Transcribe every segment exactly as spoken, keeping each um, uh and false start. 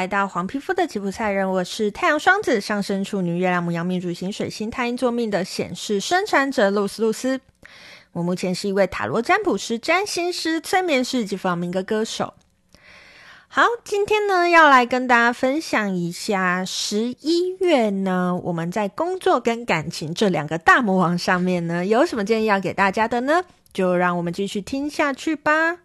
来到黄皮肤的吉普赛人，我是太阳双子上升处女月亮牡羊命主星水星太阴坐命的显示生产者露丝露丝。我目前是一位塔罗占卜师、占星师、催眠师以及访民歌歌手。好，今天呢要来跟大家分享一下十一月呢我们在工作跟感情这两个大魔王上面呢有什么建议要给大家的呢？就让我们继续听下去吧。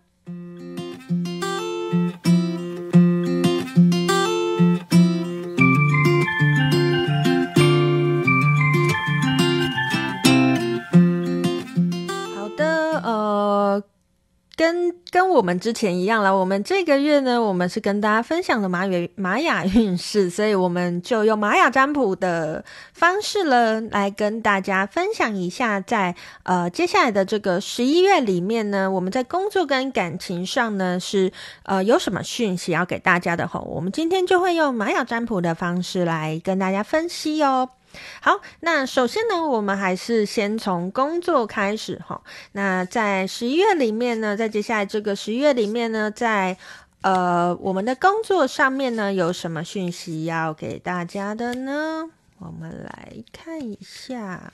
跟跟我们之前一样啦，我们这个月呢我们是跟大家分享的玛雅玛雅运势，所以我们就用玛雅占卜的方式了来跟大家分享一下在呃接下来的这个十一月里面呢，我们在工作跟感情上呢是呃有什么讯息要给大家的齁，我们今天就会用玛雅占卜的方式来跟大家分析哦。好，那首先呢我们还是先从工作开始齁。那在十一月里面呢，在接下来这个十一月里面呢，在呃我们的工作上面呢有什么讯息要给大家的呢？我们来看一下。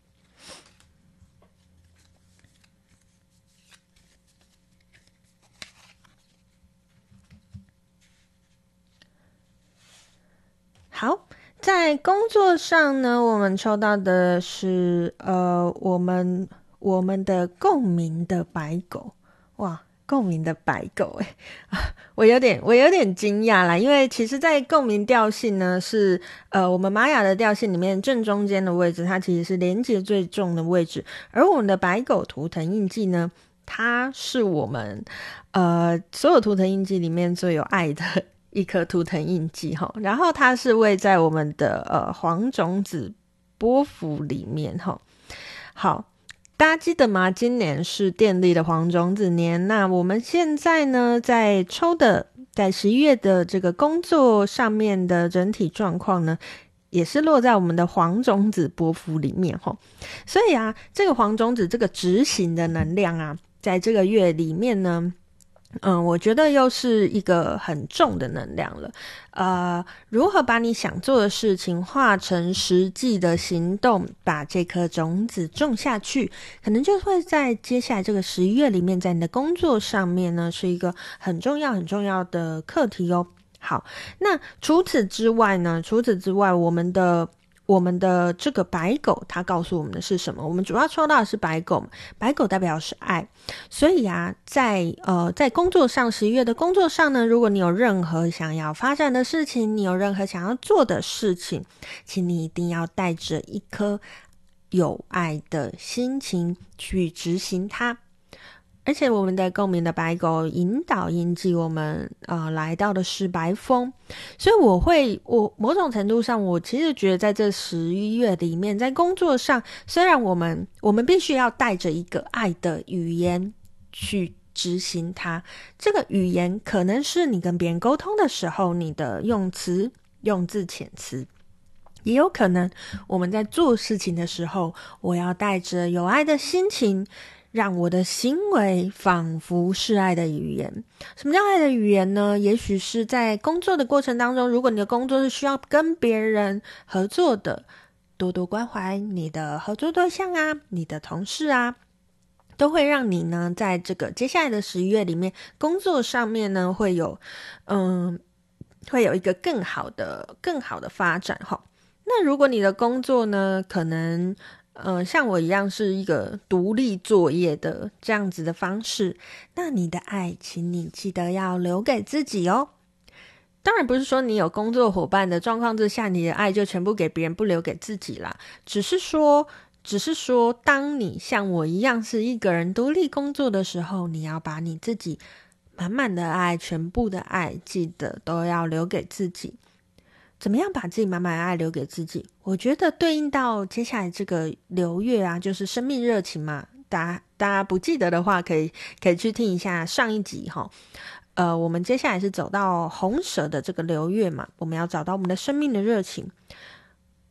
好，在工作上呢，我们抽到的是呃，我们我们的共鸣的白狗。哇，共鸣的白狗诶我有点我有点惊讶啦，因为其实在共鸣调性呢是呃我们玛雅的调性里面正中间的位置，它其实是连结最重的位置，而我们的白狗图腾印记呢，它是我们呃所有图腾印记里面最有爱的一颗图腾印记齁，然后它是位在我们的呃黄种子波符里面齁。好，大家记得吗？今年是电力的黄种子年，那我们现在呢在抽的在十一月的这个工作上面的整体状况呢也是落在我们的黄种子波符里面齁。所以啊，这个黄种子这个执行的能量啊，在这个月里面呢嗯，我觉得又是一个很重的能量了。呃，如何把你想做的事情化成实际的行动，把这颗种子种下去，可能就会在接下来这个十一月里面，在你的工作上面呢，是一个很重要很重要的课题哦。好，那除此之外呢，除此之外，我们的我们的这个白狗它告诉我们的是什么？我们主要抽到的是白狗，白狗代表的是爱。所以啊，在呃在工作上，十一月的工作上呢，如果你有任何想要发展的事情，你有任何想要做的事情，请你一定要带着一颗有爱的心情去执行它。而且我们的共鸣的白狗引导印记我们呃来到的是白风，所以我会我某种程度上我其实觉得在这十一月里面，在工作上虽然我们我们必须要带着一个爱的语言去执行它，这个语言可能是你跟别人沟通的时候你的用词用字遣词，也有可能我们在做事情的时候，我要带着有爱的心情，让我的行为仿佛是爱的语言。什么叫爱的语言呢？也许是在工作的过程当中，如果你的工作是需要跟别人合作的，多多关怀你的合作对象啊，你的同事啊，都会让你呢在这个接下来的十一月里面，工作上面呢会有嗯会有一个更好的更好的发展齁。那如果你的工作呢可能呃，像我一样是一个独立作业的这样子的方式，那你的爱请你记得要留给自己哦。当然不是说你有工作伙伴的状况之下，你的爱就全部给别人不留给自己啦，只是说只是说当你像我一样是一个人独立工作的时候，你要把你自己满满的爱，全部的爱记得都要留给自己。怎么样把自己满满的爱留给自己？我觉得对应到接下来这个流月啊，就是生命热情嘛。大家大家不记得的话，可以可以去听一下上一集齁。呃，我们接下来是走到红蛇的这个流月嘛，我们要找到我们的生命的热情。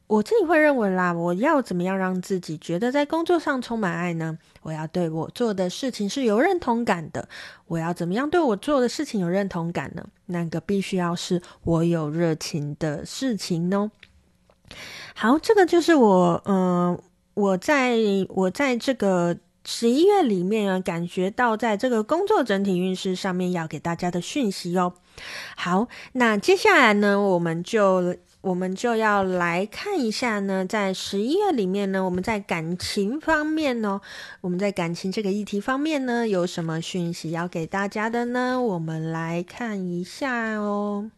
我自己会认为啦，我要怎么样让自己觉得在工作上充满爱呢？我要对我做的事情是有认同感的。我要怎么样对我做的事情有认同感呢？那个必须要是我有热情的事情呢。好，这个就是我，嗯、呃，我在我在这个十一月里面呢，感觉到在这个工作整体运势上面要给大家的讯息哦。好，那接下来呢，我们就我们就要来看一下呢，在十一月里面呢，我们在感情方面呢，我们在感情这个议题方面呢，有什么讯息要给大家的呢？我们来看一下哦。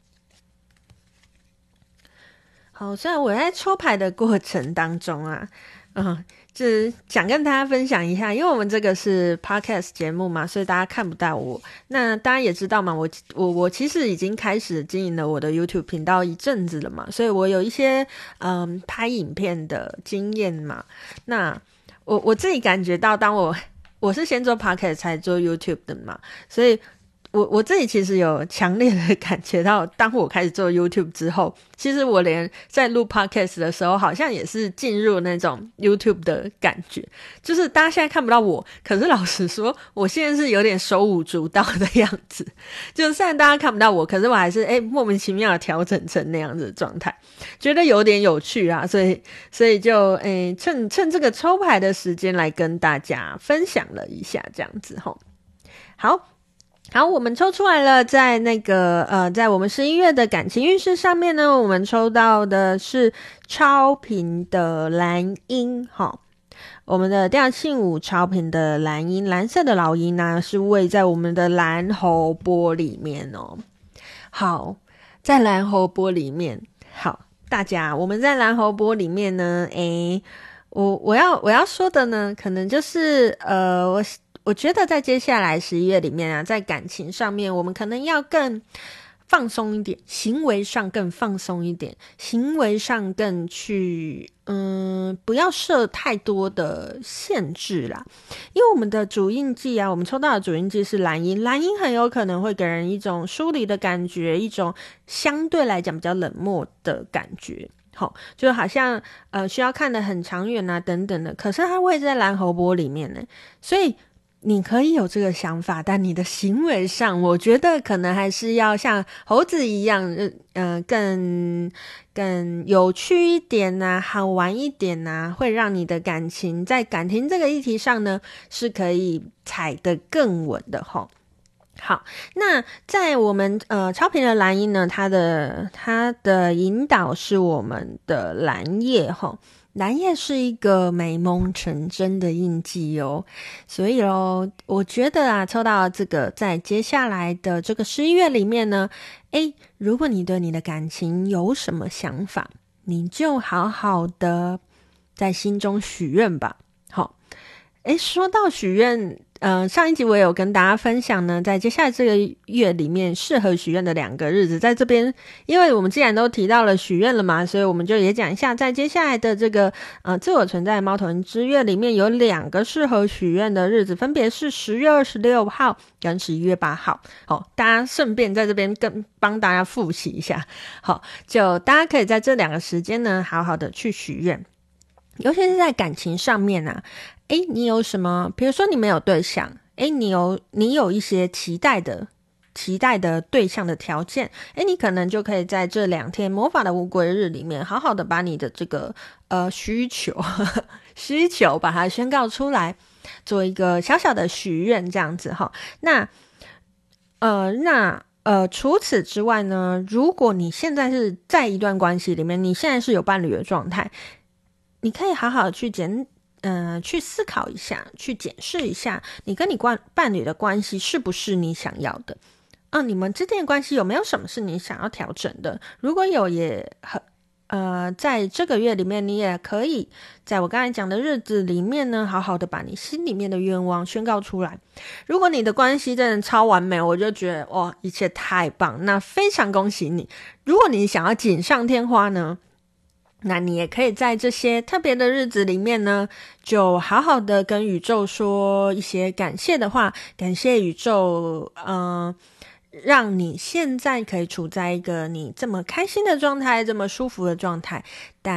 好，虽然我在抽牌的过程当中啊，嗯，就是想跟大家分享一下，因为我们这个是 podcast 节目嘛，所以大家看不到我。那大家也知道嘛，我我我其实已经开始经营了我的 YouTube 频道一阵子了嘛，所以我有一些嗯拍影片的经验嘛。那我我自己感觉到，当我我是先做 podcast 才做 YouTube 的嘛，所以。我我自己其实有强烈的感觉到，当我开始做 YouTube 之后，其实我连在录 Podcast 的时候，好像也是进入那种 YouTube 的感觉。就是大家现在看不到我，可是老实说，我现在是有点手舞足蹈的样子。就虽然大家看不到我，可是我还是诶莫名其妙的调整成那样子的状态，觉得有点有趣啊，所以所以就诶趁趁这个抽牌的时间来跟大家分享了一下，这样子齁。好。好，我们抽出来了，在那个呃，在我们十一月的感情运势上面呢，我们抽到的是超频的蓝鹰，齁，我们的调性五超频的蓝鹰，蓝色的老鹰呢，是位在我们的蓝猴波里面哦。好，在蓝猴波里面，好，大家，我们在蓝猴波里面呢，诶，我我要我要说的呢，可能就是呃，我。我觉得在接下来十一月里面啊，在感情上面，我们可能要更放松一点，行为上更放松一点，行为上更去嗯，不要设太多的限制啦。因为我们的主印记啊，我们抽到的主印记是蓝鹰，蓝鹰很有可能会给人一种疏离的感觉，一种相对来讲比较冷漠的感觉。好，就好像呃需要看得很长远啊等等的，可是它会在蓝猴波里面呢，所以。你可以有这个想法，但你的行为上，我觉得可能还是要像猴子一样，呃，更更有趣一点啊，好玩一点啊，会让你的感情在感情这个议题上呢，是可以踩得更稳的齁。好，那在我们呃超频的蓝鹰呢，它的它的引导是我们的蓝叶齁。蓝叶是一个美梦成真的印记哦，所以咯，我觉得啊，抽到这个，在接下来的这个十一月里面呢，诶，如果你对你的感情有什么想法，你就好好的在心中许愿吧。好，诶，说到许愿。呃，上一集我也有跟大家分享呢，在接下来这个月里面适合许愿的两个日子，在这边，因为我们既然都提到了许愿了嘛，所以我们就也讲一下，在接下来的这个呃自我存在猫头鹰之月里面有两个适合许愿的日子，分别是十月二十六号跟十一月八号。好，大家顺便在这边跟帮大家复习一下，好，就大家可以在这两个时间呢，好好的去许愿。尤其是在感情上面啊，诶，你有什么？比如说你没有对象，诶，你有你有一些期待的期待的对象的条件，诶，你可能就可以在这两天魔法的乌龟日里面，好好的把你的这个呃需求呵呵需求把它宣告出来，做一个小小的许愿，这样子哈。那呃那。呃，除此之外呢，如果你现在是在一段关系里面，你现在是有伴侣的状态，你可以好好去检，呃，去思考一下，去检视一下，你跟你关伴侣的关系是不是你想要的？啊，你们之间的关系有没有什么是你想要调整的？如果有，也很呃，在这个月里面，你也可以在我刚才讲的日子里面呢，好好的把你心里面的愿望宣告出来。如果你的关系真的超完美，我就觉得哇，一切太棒，那非常恭喜你。如果你想要锦上添花呢？那你也可以在这些特别的日子里面呢，就好好的跟宇宙说一些感谢的话，感谢宇宙，嗯、呃，让你现在可以处在一个你这么开心的状态，这么舒服的状态，但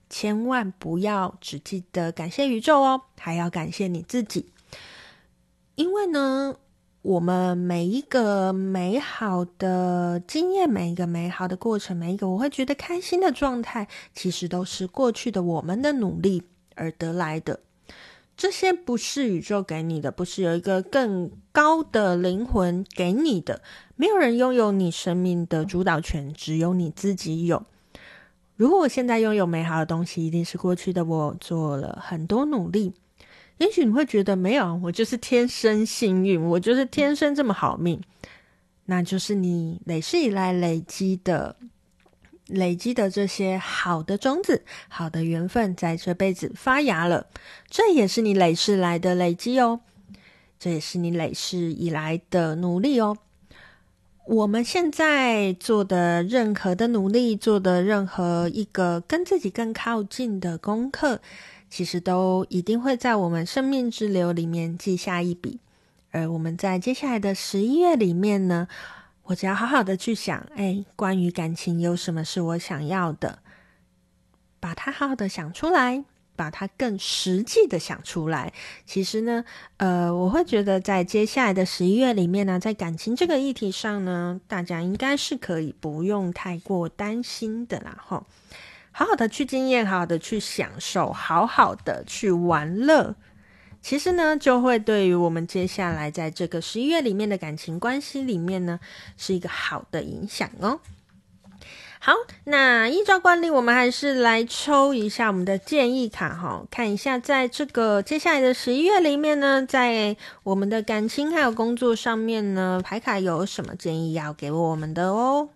千万不要只记得感谢宇宙哦，还要感谢你自己。因为呢，我们每一个美好的经验，每一个美好的过程，每一个我会觉得开心的状态，其实都是过去的我们的努力而得来的。这些不是宇宙给你的，不是有一个更高的灵魂给你的，没有人拥有你生命的主导权，只有你自己有。如果我现在拥有美好的东西，一定是过去的我做了很多努力。也许你会觉得没有，我就是天生幸运，我就是天生这么好命，那就是你累世以来累积的累积的这些好的种子，好的缘分在这辈子发芽了，这也是你累世来的累积哦，这也是你累世以来的努力哦。我们现在做的任何的努力，做的任何一个跟自己更靠近的功课，其实都一定会在我们生命之流里面记下一笔。而我们在接下来的十一月里面呢，我只要好好的去想，哎，关于感情有什么是我想要的，把它好好的想出来，把它更实际的想出来。其实呢，呃，我会觉得在接下来的十一月里面呢，在感情这个议题上呢，大家应该是可以不用太过担心的啦，齁。好好的去经验，好好的去享受，好好的去玩乐，其实呢，就会对于我们接下来在这个十一月里面的感情关系里面呢，是一个好的影响哦。好，那依照惯例，我们还是来抽一下我们的建议卡哈，看一下在这个接下来的十一月里面呢，在我们的感情还有工作上面呢，牌卡有什么建议要给我们的哦。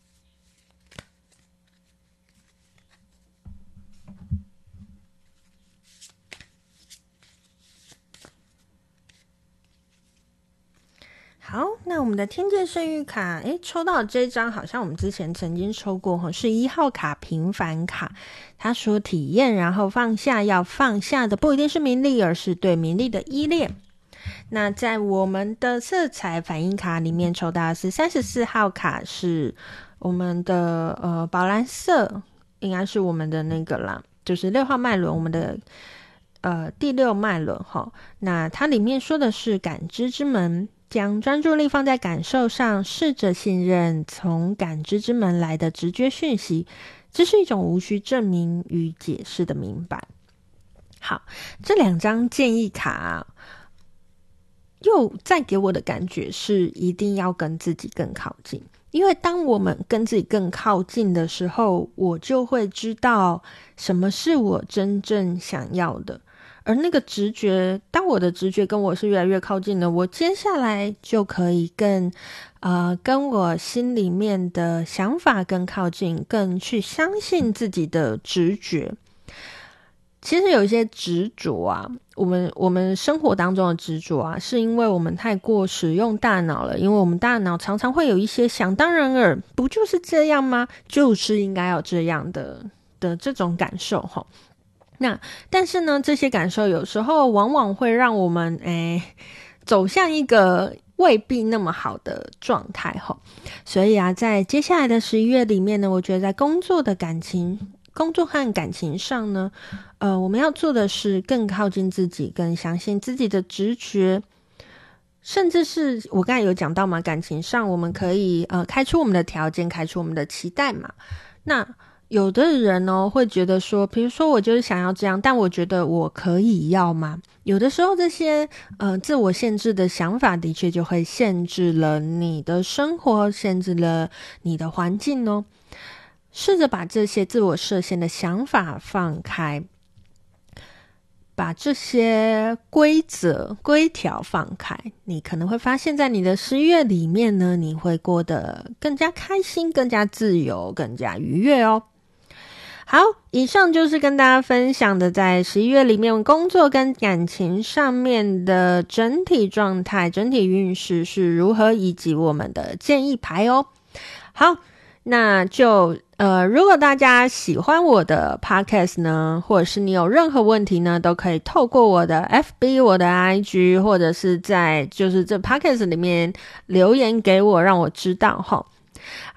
好，那我们的天界圣谕卡，诶，抽到这张好像我们之前曾经抽过，是一号卡平凡卡。他说体验然后放下，要放下的不一定是名利，而是对名利的依恋。那在我们的色彩反应卡里面抽到的是三十四号卡，是我们的呃宝蓝色，应该是我们的那个啦，就是六号脉轮，我们的呃第六脉轮齁。那它里面说的是感知之门，将专注力放在感受上，试着信任从感知之门来的直觉讯息，这是一种无需证明与解释的明白。好，这两张建议卡啊，又再给我的感觉是一定要跟自己更靠近，因为当我们跟自己更靠近的时候，我就会知道什么是我真正想要的。而那个直觉，当我的直觉跟我是越来越靠近的，我接下来就可以更呃跟我心里面的想法更靠近，更去相信自己的直觉。其实有一些执着啊，我们我们生活当中的执着啊，是因为我们太过使用大脑了，因为我们大脑常常会有一些想当然尔，不就是这样吗？就是应该要这样的的这种感受齁。那但是呢，这些感受有时候往往会让我们诶走向一个未必那么好的状态齁。所以啊，在接下来的十一月里面呢，我觉得在工作的感情工作和感情上呢，呃，我们要做的是更靠近自己，更相信自己的直觉，甚至是我刚才有讲到嘛，感情上我们可以呃开出我们的条件，开出我们的期待嘛。那有的人哦会觉得说，比如说我就是想要这样，但我觉得我可以要吗？有的时候这些呃自我限制的想法的确就会限制了你的生活，限制了你的环境哦。试着把这些自我设限的想法放开，把这些规则规条放开，你可能会发现在你的十一月里面呢，你会过得更加开心，更加自由，更加愉悦哦。好，以上就是跟大家分享的在十一月里面工作跟感情上面的整体状态，整体运势是如何，以及我们的建议牌哦。好，那就呃，如果大家喜欢我的 podcast 呢，或者是你有任何问题呢，都可以透过我的 F B、我的 I G， 或者是在就是这 podcast 里面留言给我，让我知道齁。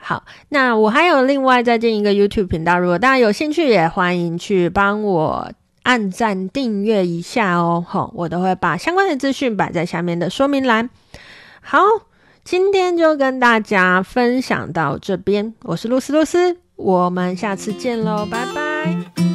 好，那我还有另外再建一个 YouTube 频道，如果大家有兴趣也欢迎去帮我按赞订阅一下哦，吼，我都会把相关的资讯摆在下面的说明栏。好，今天就跟大家分享到这边，我是露丝露丝，我们下次见咯，拜拜。